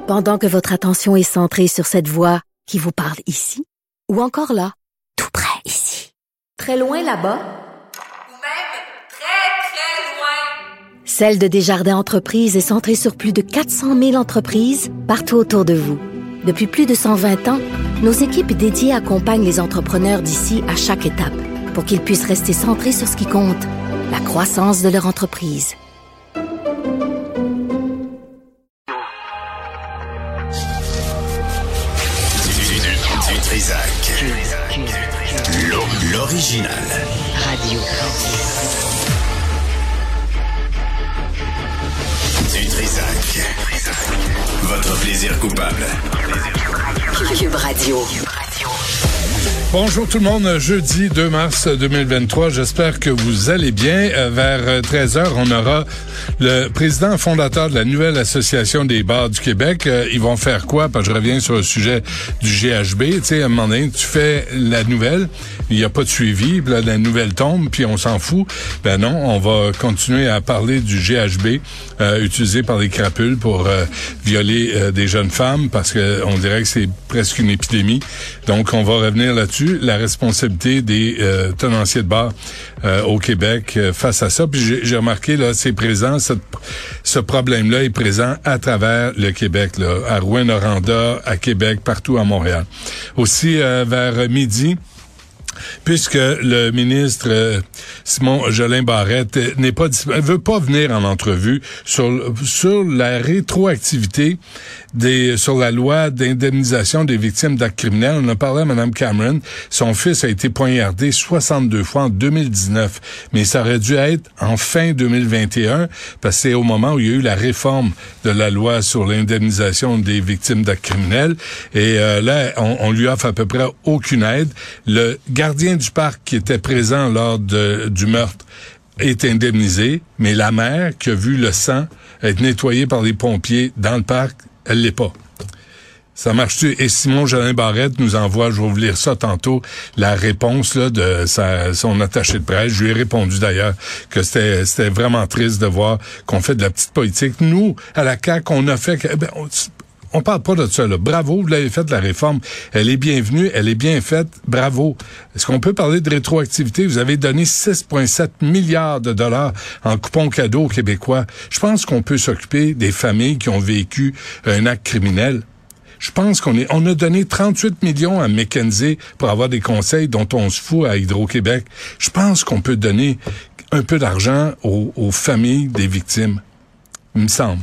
Pendant que votre attention est centrée sur cette voix qui vous parle ici, ou encore là, tout près ici, très loin là-bas, ou même très, très loin. Celle de Desjardins Entreprises est centrée sur plus de 400 000 entreprises partout autour de vous. Depuis plus de 120 ans, nos équipes dédiées accompagnent les entrepreneurs d'ici à chaque étape pour qu'ils puissent rester centrés sur ce qui compte, la croissance de leur entreprise. Du Trizac. L'original. Radio. Du Trizac. Votre plaisir coupable. Cube Radio. Bonjour tout le monde, jeudi 2 mars 2023, j'espère que vous allez bien. Vers 13h, on aura le président fondateur de la nouvelle association des bars du Québec. Ils vont faire quoi? Parce que je reviens sur le sujet du GHB. Tu sais, à un moment donné, tu fais la nouvelle, il n'y a pas de suivi, puis là, la nouvelle tombe, puis on s'en fout. Ben non, on va continuer à parler du GHB utilisé par les crapules pour violer des jeunes femmes, parce que on dirait que c'est presque une épidémie. Donc, on va revenir là-dessus. La responsabilité des tenanciers de bar au Québec face à ça. Puis j'ai remarqué, là, c'est présent, ce problème-là est présent à travers le Québec, là, à Rouyn-Noranda, à Québec, partout à Montréal. Aussi, vers midi, puisque le ministre Simon Jolin Barrette veut pas venir en entrevue sur la rétroactivité sur la loi d'indemnisation des victimes d'actes criminels. On a parlé à Mme Cameron. Son fils a été poignardé 62 fois en 2019. Mais ça aurait dû être en fin 2021, parce que c'est au moment où il y a eu la réforme de la loi sur l'indemnisation des victimes d'actes criminels. Et là, on lui offre à peu près aucune aide. Le gardien du parc qui était présent lors du meurtre est indemnisé, mais la mère qui a vu le sang être nettoyé par les pompiers dans le parc, elle l'est pas. Ça marche-tu? Et Simon Jolin Barrette nous envoie, je vais vous lire ça tantôt, la réponse là de son attaché de presse. Je lui ai répondu d'ailleurs que c'était vraiment triste de voir qu'on fait de la petite politique. Nous, à la CAQ, on a fait... on parle pas de ça, là. Bravo, vous l'avez fait, la réforme. Elle est bienvenue, elle est bien faite. Bravo. Est-ce qu'on peut parler de rétroactivité? Vous avez donné 6,7 milliards de dollars en coupons cadeaux aux Québécois. Je pense qu'on peut s'occuper des familles qui ont vécu un acte criminel. Je pense qu'on a donné 38 millions à McKenzie pour avoir des conseils dont on se fout à Hydro-Québec. Je pense qu'on peut donner un peu d'argent aux familles des victimes. Il me semble.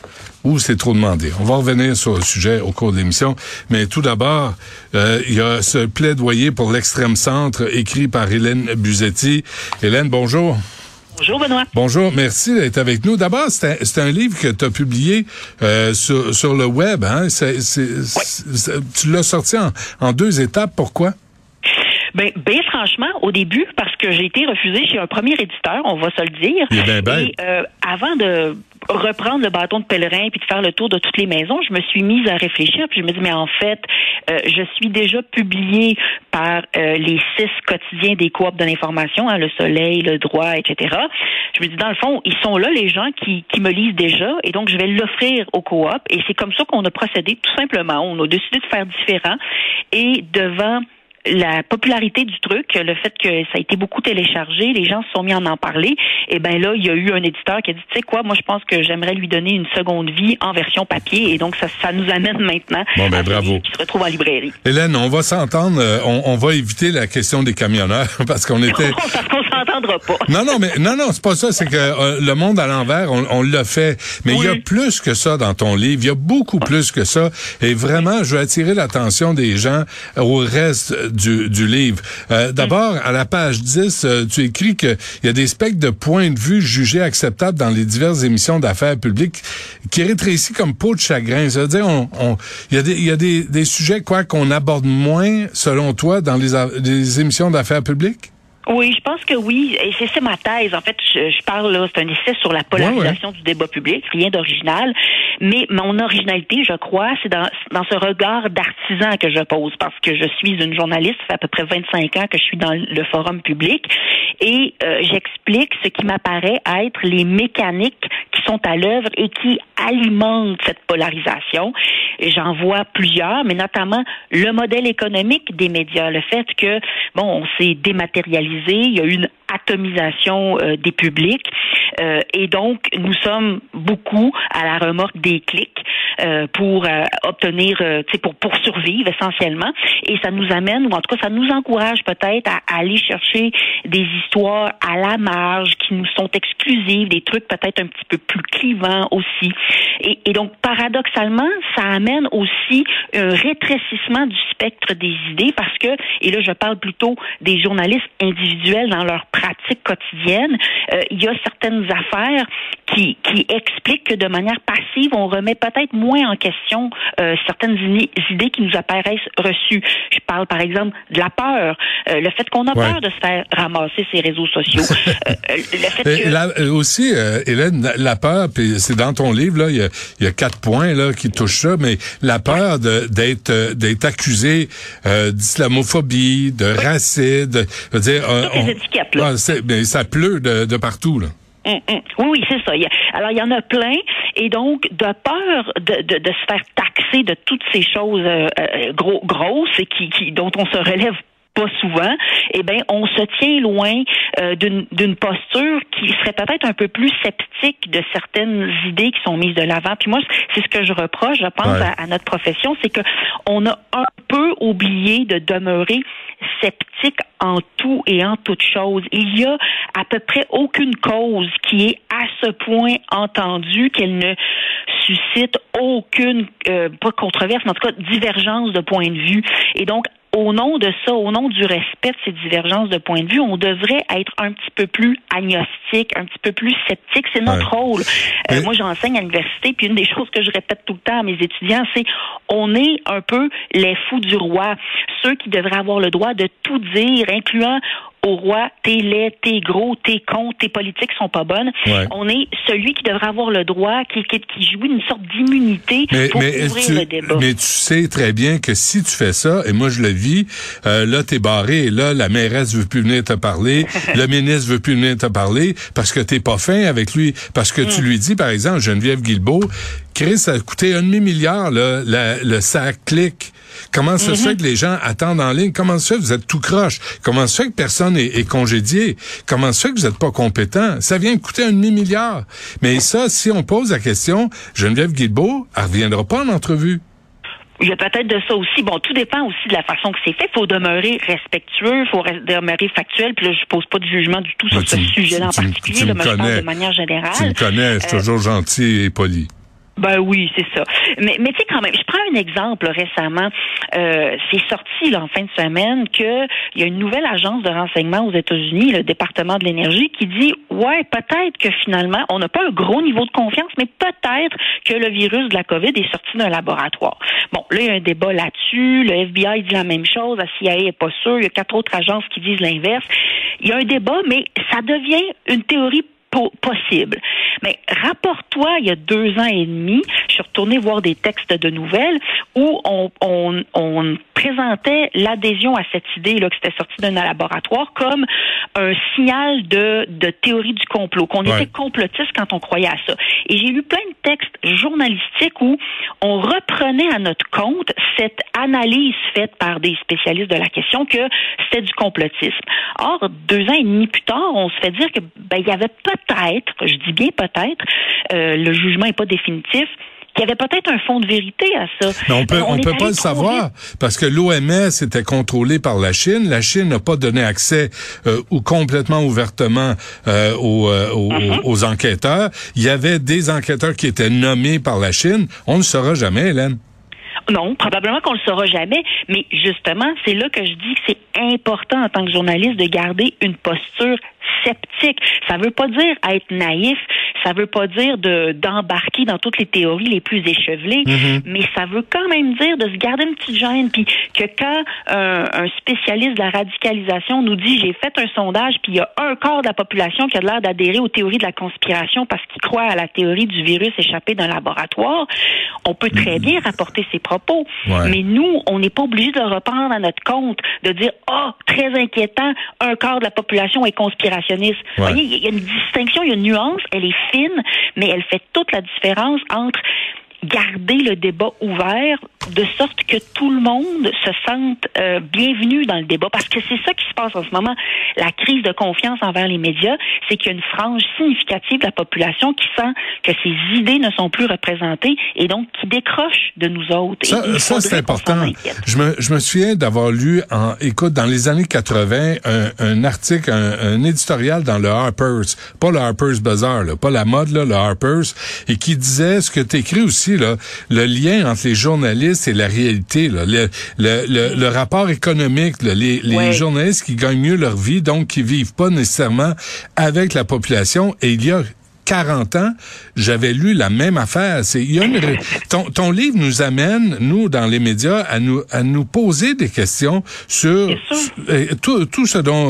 Ou c'est trop demandé. On va revenir sur le sujet au cours de l'émission. Mais tout d'abord, il y a ce plaidoyer pour l'extrême centre écrit par Hélène Buzetti. Hélène, bonjour. Bonjour, Benoît. Bonjour, merci d'être avec nous. D'abord, c'est un livre que tu as publié sur le web. Hein? Tu l'as sorti en 2 étapes. Pourquoi? Ben franchement, au début, parce que j'ai été refusée chez un premier éditeur, on va se le dire. Et avant de reprendre le bâton de pèlerin puis de faire le tour de toutes les maisons, je me suis mise à réfléchir puis je me dis mais en fait, je suis déjà publiée par les 6 quotidiens des coops de l'information, hein, Le Soleil, Le Droit, etc. Je me dis dans le fond, ils sont là les gens qui me lisent déjà et donc je vais l'offrir aux coops et c'est comme ça qu'on a procédé tout simplement. On a décidé de faire différent et devant la popularité du truc, le fait que ça a été beaucoup téléchargé, les gens se sont mis à en parler, et ben là, il y a eu un éditeur qui a dit, tu sais quoi, moi je pense que j'aimerais lui donner une seconde vie en version papier, et donc ça nous amène maintenant à bravo. Qui se retrouve en librairie. Hélène, on va s'entendre, on va éviter la question des camionneurs, parce qu'on était... parce qu'on s'entendra pas. Non, c'est pas ça, c'est que le monde à l'envers, on l'a fait, mais il y a plus que ça dans ton livre, il y a beaucoup plus que ça, et vraiment, je veux attirer l'attention des gens au reste du livre. D'abord, à la page 10, tu écris qu'il y a des spectres de points de vue jugés acceptables dans les diverses émissions d'affaires publiques qui rétrécissent comme peau de chagrin. Ça veut dire, il y a des sujets, quoi, qu'on aborde moins, selon toi, dans les émissions d'affaires publiques? Oui, je pense que oui. Et c'est ma thèse. En fait, je parle là, c'est un essai sur la polarisation du débat public, rien d'original. Mais mon originalité, je crois, c'est dans ce regard d'artisan que je pose, parce que je suis une journaliste, ça fait à peu près 25 ans que je suis dans le forum public, et j'explique ce qui m'apparaît être les mécaniques qui sont à l'œuvre et qui alimentent cette polarisation. Et j'en vois plusieurs, mais notamment le modèle économique des médias, le fait que, on s'est dématérialisé, il y a eu une atomisation des publics, et donc nous sommes beaucoup à la remorque des clics pour obtenir, pour survivre essentiellement, et ça nous amène, ou en tout cas ça nous encourage peut-être à aller chercher des histoires à la marge qui nous sont exclusives, des trucs peut-être un petit peu plus clivants aussi, et donc paradoxalement ça amène aussi un rétrécissement du spectre des idées, parce que, et là je parle plutôt des journalistes individuels dans leur pratique quotidienne, il y a certaines affaires qui expliquent que de manière passive, on remet peut-être moins en question certaines idées qui nous apparaissent reçues. Je parle par exemple de la peur, le fait qu'on a peur de se faire ramasser ces réseaux sociaux. Le fait que... Là, aussi, Hélène, la peur, puis c'est dans ton livre, là, il y a 4 points là qui touchent ça, mais la peur d'être accusé d'islamophobie, de racisme, de dire... toutes les étiquettes, là. Ça pleut de partout, là. Oui, c'est ça. Alors, il y en a plein, et donc, de peur de se faire taxer de toutes ces choses grosses et dont on se relève pas souvent, on se tient loin d'une posture qui serait peut-être un peu plus sceptique de certaines idées qui sont mises de l'avant. Puis moi, c'est ce que je reproche, je pense, à notre profession, c'est que on a un peu oublié de demeurer sceptique en tout et en toute chose. Il y a à peu près aucune cause qui est à ce point entendue qu'elle ne suscite aucune, pas controverse, mais en tout cas divergence de point de vue. Et donc, au nom de ça, au nom du respect de ces divergences de point de vue, on devrait être un petit peu plus agnostique, un petit peu plus sceptique. C'est notre rôle. Moi, j'enseigne à l'université, puis une des choses que je répète tout le temps à mes étudiants, c'est on est un peu les fous du roi, ceux qui devraient avoir le droit de tout dire, incluant au roi, t'es laid, t'es gros, t'es con, tes politiques sont pas bonnes. On est celui qui devrait avoir le droit, qui jouit d'une sorte d'immunité pour ouvrir le débat. Mais tu sais très bien que si tu fais ça, et moi je le vis, là t'es barré, et là la mairesse veut plus venir te parler, le ministre veut plus venir te parler, parce que t'es pas fin avec lui, parce que tu lui dis, par exemple, Geneviève Guilbeault, Chris, ça a coûté $1 demi-milliard, là, le sac clic. Comment ça se fait que les gens attendent en ligne? Comment ça se fait que vous êtes tout croche? Comment ça se fait que personne est congédié? Comment ça se fait que vous n'êtes pas compétent? Ça vient de coûter $1 demi-milliard. Mais ça, si on pose la question, Geneviève Guilbeault, elle reviendra pas en entrevue. Il y a peut-être de ça aussi. Bon, tout dépend aussi de la façon que c'est fait. Il faut demeurer respectueux, il faut demeurer factuel. Puis là, je pose pas de jugement du tout sur ce sujet-là en particulier. Mais je parle de manière générale. Tu me connais, je suis toujours gentil et poli. Ben oui, c'est ça. Mais tu sais quand même, je prends un exemple récemment. C'est sorti là, en fin de semaine que il y a une nouvelle agence de renseignement aux États-Unis, le département de l'énergie, qui dit peut-être que finalement on n'a pas un gros niveau de confiance, mais peut-être que le virus de la COVID est sorti d'un laboratoire. Bon, là il y a un débat là-dessus. Le FBI dit la même chose, la CIA est pas sûre. Il y a 4 autres agences qui disent l'inverse. Il y a un débat, mais ça devient une théorie possible. Mais rapporte-toi, il y a 2 ans et demi, je suis retournée voir des textes de nouvelles où on présentait l'adhésion à cette idée-là que c'était sorti d'un laboratoire comme un signal de théorie du complot, qu'on était complotiste quand on croyait à ça. Et j'ai lu plein de textes journalistiques où on reprenait à notre compte cette analyse faite par des spécialistes de la question que c'était du complotisme. Or, 2 ans et demi plus tard, on se fait dire que il y avait peut-être, je dis bien peut-être, le jugement n'est pas définitif, qu'il y avait peut-être un fond de vérité à ça. Mais on peut pas le savoir, parce que l'OMS était contrôlée par la Chine. La Chine n'a pas donné accès ou complètement ouvertement aux enquêteurs. Il y avait des enquêteurs qui étaient nommés par la Chine. On ne le saura jamais, Hélène. Non, probablement qu'on le saura jamais, mais justement, c'est là que je dis que c'est important en tant que journaliste de garder une posture sceptique. Ça veut pas dire être naïf, ça veut pas dire d'embarquer dans toutes les théories les plus échevelées, mais ça veut quand même dire de se garder une petite gêne, puis que quand un spécialiste de la radicalisation nous dit, j'ai fait un sondage, puis il y a un quart de la population qui a l'air d'adhérer aux théories de la conspiration parce qu'il croit à la théorie du virus échappé d'un laboratoire, on peut très bien rapporter ses propos, mais nous, on n'est pas obligé de le reprendre à notre compte, de dire, très inquiétant, un quart de la population est conspirationniste. Vous voyez, il y a une distinction, il y a une nuance, elle est fine, mais elle fait toute la différence entre garder le débat ouvert de sorte que tout le monde se sente bienvenu dans le débat. Parce que c'est ça qui se passe en ce moment. La crise de confiance envers les médias, c'est qu'il y a une frange significative de la population qui sent que ses idées ne sont plus représentées et donc qui décroche de nous autres. Ça c'est important. Je me souviens d'avoir lu, dans les années 80, un article, un éditorial dans le Harper's, pas le Harper's Bazaar, là, pas la mode, là, le Harper's, et qui disait ce que t'écris aussi, là, le lien entre les journalistes et la réalité, là, le rapport économique, là, les journalistes qui gagnent mieux leur vie, donc qui vivent pas nécessairement avec la population. Et il y a 40 ans, j'avais lu la même affaire. Ton livre nous amène, nous, dans les médias, à nous poser des questions sur tout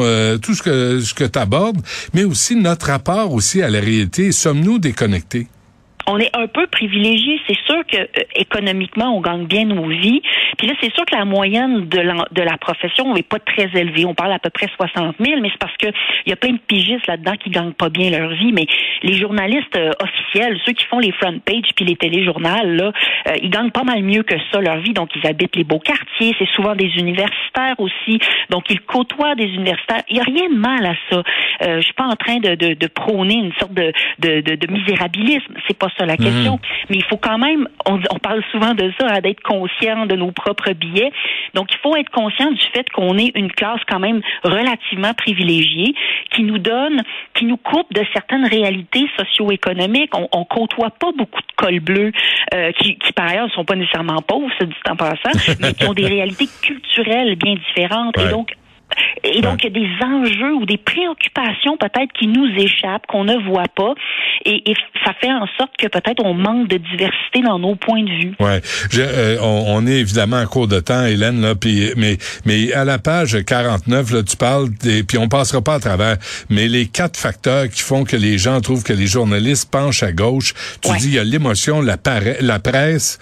ce que tu abordes, mais aussi notre rapport aussi à la réalité. Sommes-nous déconnectés? On est un peu privilégiés. C'est sûr que économiquement, on gagne bien nos vies. Puis là, c'est sûr que la moyenne de la profession n'est pas très élevée. On parle à peu près 60 000, mais c'est parce que il y a plein de pigistes là-dedans qui gagnent pas bien leur vie. Mais les journalistes officiels, ceux qui font les front pages puis les téléjournals, là, ils gagnent pas mal mieux que ça leur vie. Donc, ils habitent les beaux quartiers. C'est souvent des universitaires aussi. Donc, ils côtoient des universitaires. Il y a rien de mal à ça. Je suis pas en train de prôner une sorte de misérabilisme. C'est pas ça la question. Mais il faut quand même, on parle souvent de ça, d'être conscient de nos propres billets. Donc, il faut être conscient du fait qu'on est une classe quand même relativement privilégiée qui nous coupe de certaines réalités socio-économiques. On côtoie pas beaucoup de cols bleus qui par ailleurs ne sont pas nécessairement pauvres, ça dit en passant, mais qui ont des réalités culturelles bien différentes. Et donc, il y a des enjeux ou des préoccupations peut-être qui nous échappent, qu'on ne voit pas. Et ça fait en sorte que peut-être on manque de diversité dans nos points de vue. Ouais, on est évidemment en cours de temps, Hélène, là, mais à la page 49, là, tu parles puis on passera pas à travers, mais les 4 facteurs qui font que les gens trouvent que les journalistes penchent à gauche. Tu dis, il y a l'émotion, la presse,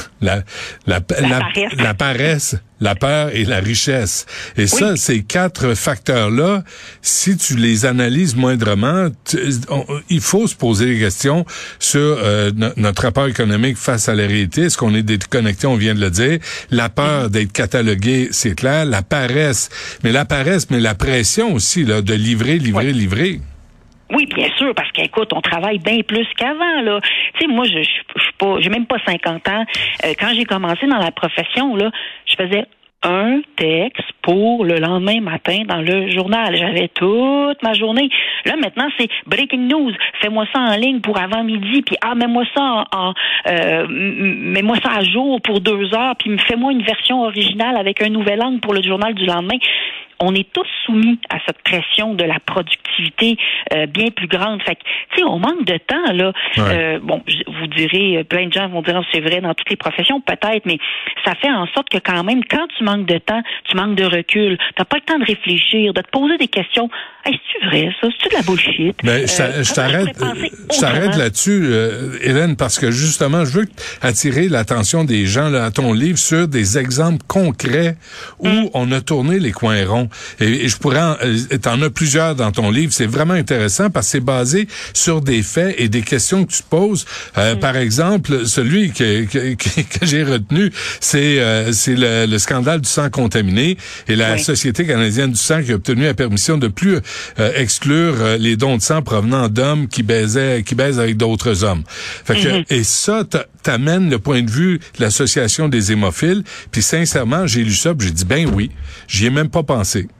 la paresse, la peur et la richesse. Et ça, ces 4 facteurs-là, si tu les analyses moindrement, il faut se poser des questions sur notre rapport économique face à la réalité. Est-ce qu'on est déconnecté? On vient de le dire. La peur d'être catalogué, c'est clair. La paresse, mais la pression aussi, là, de livrer. Oui, bien sûr, parce qu'écoute, on travaille bien plus qu'avant, là. Tu sais, moi, je suis pas, j'ai même pas 50 ans. Quand j'ai commencé dans la profession, là, je faisais un texte pour le lendemain matin dans le journal. J'avais toute ma journée. Là, maintenant, c'est breaking news. Fais-moi ça en ligne pour avant midi, puis mets-moi ça mets-moi ça à jour pour 2 heures, puis fais-moi une version originale avec un nouvel angle pour le journal du lendemain. On est tous soumis à cette pression de la productivité bien plus grande. Fait que, tu sais, on manque de temps, là. Vous direz, plein de gens vont dire, c'est vrai dans toutes les professions, peut-être, mais ça fait en sorte que quand même, quand tu manques de temps, tu manques de recul. T'as pas le temps de réfléchir, de te poser des questions. Hey, c'est-tu vrai, ça? C'est-tu de la bullshit? Mais je t'arrête là-dessus, Hélène, parce que justement, je veux attirer l'attention des gens là, à ton livre sur des exemples concrets où on a tourné les coins ronds. Et je pourrais t'en as plusieurs dans ton livre. C'est vraiment intéressant parce que c'est basé sur des faits et des questions que tu te poses. Par exemple, celui que j'ai retenu, c'est le scandale du sang contaminé et la Société canadienne du sang qui a obtenu la permission de plus exclure les dons de sang provenant d'hommes qui baisent avec d'autres hommes. Fait que, et ça t'amène le point de vue de l'Association des hémophiles. Puis sincèrement, j'ai lu ça, puis j'ai dit ben oui, j'y ai même pas pensé.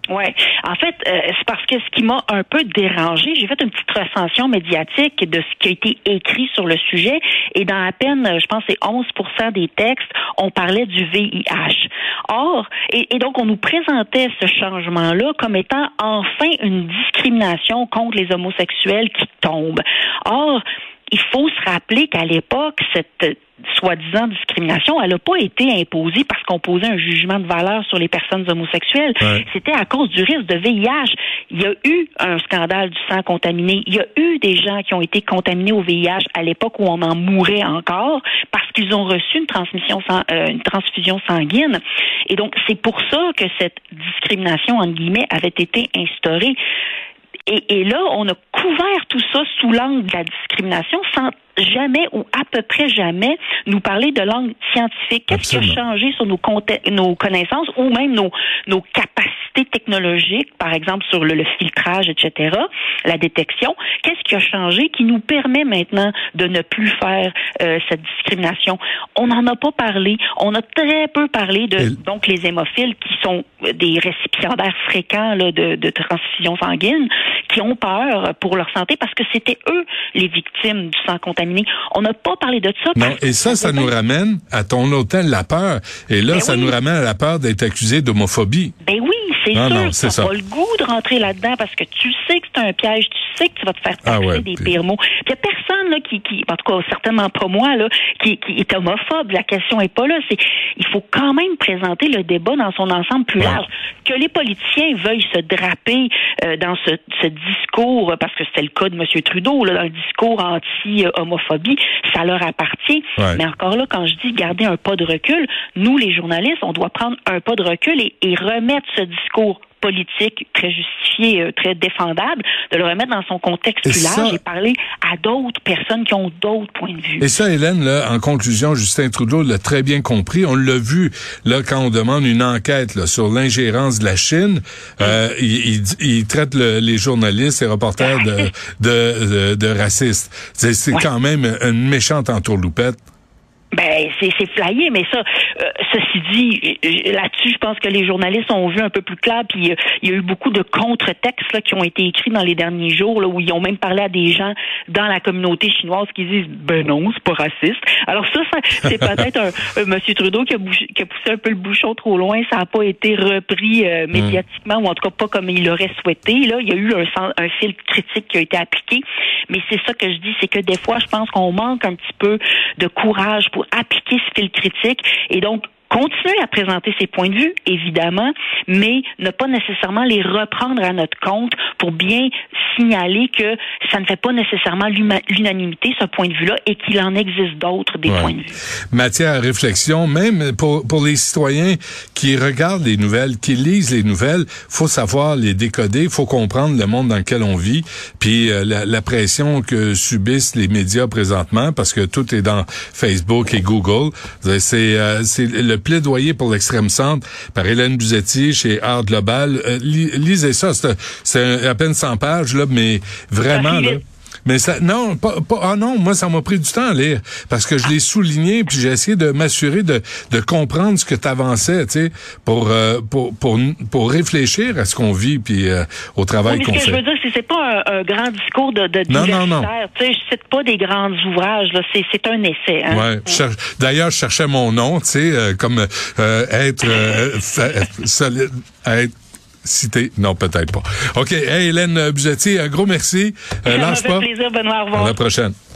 Oui. En fait, c'est parce que ce qui m'a un peu dérangé, j'ai fait une petite recension médiatique de ce qui a été écrit sur le sujet et dans à peine, je pense, c'est 11% des textes, on parlait du VIH. Or, et donc on nous présentait ce changement-là comme étant enfin une discrimination contre les homosexuels qui tombe. Or, il faut se rappeler qu'à l'époque, cette soi-disant discrimination, elle n'a pas été imposée parce qu'on posait un jugement de valeur sur les personnes homosexuelles. Ouais. C'était à cause du risque de VIH. Il y a eu un scandale du sang contaminé. Il y a eu des gens qui ont été contaminés au VIH à l'époque où on en mourait encore parce qu'ils ont reçu une transfusion sanguine. Et donc, c'est pour ça que cette discrimination, entre guillemets, avait été instaurée. Et là, on a couvert tout ça sous l'angle de la discrimination sans jamais ou à peu près jamais nous parler de langue scientifique. Qu'est-ce qui a changé sur nos connaissances ou même nos capacités technologiques, par exemple sur le filtrage, etc., la détection? Qu'est-ce qui a changé qui nous permet maintenant de ne plus faire cette discrimination? On n'en a pas parlé. On a très peu parlé de donc les hémophiles qui sont des récipiendaires fréquents là, de transfusion sanguine, qui ont peur pour leur santé parce que c'était eux les victimes du sang contaminé. On n'a pas parlé de ça. Non, et ça nous ramène à ton hôtel la peur. Et là, ça nous ramène à la peur d'être accusé d'homophobie. Ben oui, c'est sûr. Tu n'as pas le goût de rentrer là-dedans parce que tu sais que c'est un piège, tu sais que tu vas te faire taxer des pires mots. Puis il n'y a personne là, qui, en tout cas, certainement pas moi, là, qui est homophobe. La question est pas là. Il faut quand même présenter le débat dans son ensemble plus large. Que les politiciens veuillent se draper dans ce discours, parce que c'était le cas de M. Trudeau, là, dans le discours anti-homophobie, ça leur appartient. Ouais. Mais encore là, quand je dis garder un pas de recul, nous, les journalistes, on doit prendre un pas de recul et remettre ce discours politique très justifié, très défendable, de le remettre dans son contexte plus large et parler à d'autres personnes qui ont d'autres points de vue. Et ça, Hélène, là, en conclusion, Justin Trudeau l'a très bien compris. On l'a vu, là, quand on demande une enquête là, sur l'ingérence de la Chine, il traite les journalistes et reporters de racistes. C'est quand même une méchante entourloupette. Ben, c'est flyé, mais ça, ceci dit, là-dessus, je pense que les journalistes ont vu un peu plus clair, puis il y a eu beaucoup de contre-textes là, qui ont été écrits dans les derniers jours, là, où ils ont même parlé à des gens dans la communauté chinoise qui disent, ben non, c'est pas raciste. Alors ça c'est peut-être un M. Trudeau qui a poussé un peu le bouchon trop loin, ça n'a pas été repris médiatiquement, ou en tout cas pas comme il l'aurait souhaité. Là, il y a eu un fil critique qui a été appliqué, mais c'est ça que je dis, c'est que des fois, je pense qu'on manque un petit peu de courage pour appliquer ce fil critique et donc continuer à présenter ses points de vue, évidemment, mais ne pas nécessairement les reprendre à notre compte pour bien signaler que ça ne fait pas nécessairement l'unanimité, ce point de vue-là, et qu'il en existe d'autres, des points de vue. Matière à réflexion, même pour les citoyens qui regardent les nouvelles, qui lisent les nouvelles, faut savoir les décoder, faut comprendre le monde dans lequel on vit, puis la pression que subissent les médias présentement, parce que tout est dans Facebook et Google. C'est le plaidoyer pour l'extrême centre par Hélène Buzetti chez Art Global. Lisez ça, c'est à peine 100 pages, là, mais vraiment, là. Mais ça, non, moi, ça m'a pris du temps à lire, parce que je l'ai souligné, puis j'ai essayé de m'assurer de comprendre ce que t'avançais, tu sais, pour réfléchir à ce qu'on vit, puis au travail qu'on fait. Ce que je veux dire, c'est pas un grand discours de diversitaire, tu sais, je cite pas des grands ouvrages, là, c'est un essai, hein. Ouais. D'ailleurs, je cherchais mon nom, tu sais, comme être solide, être cité. Non, peut-être pas. OK. Hey, Hélène Buzetti, un gros merci. Ça m'a fait plaisir, Benoît. Au revoir. À la prochaine.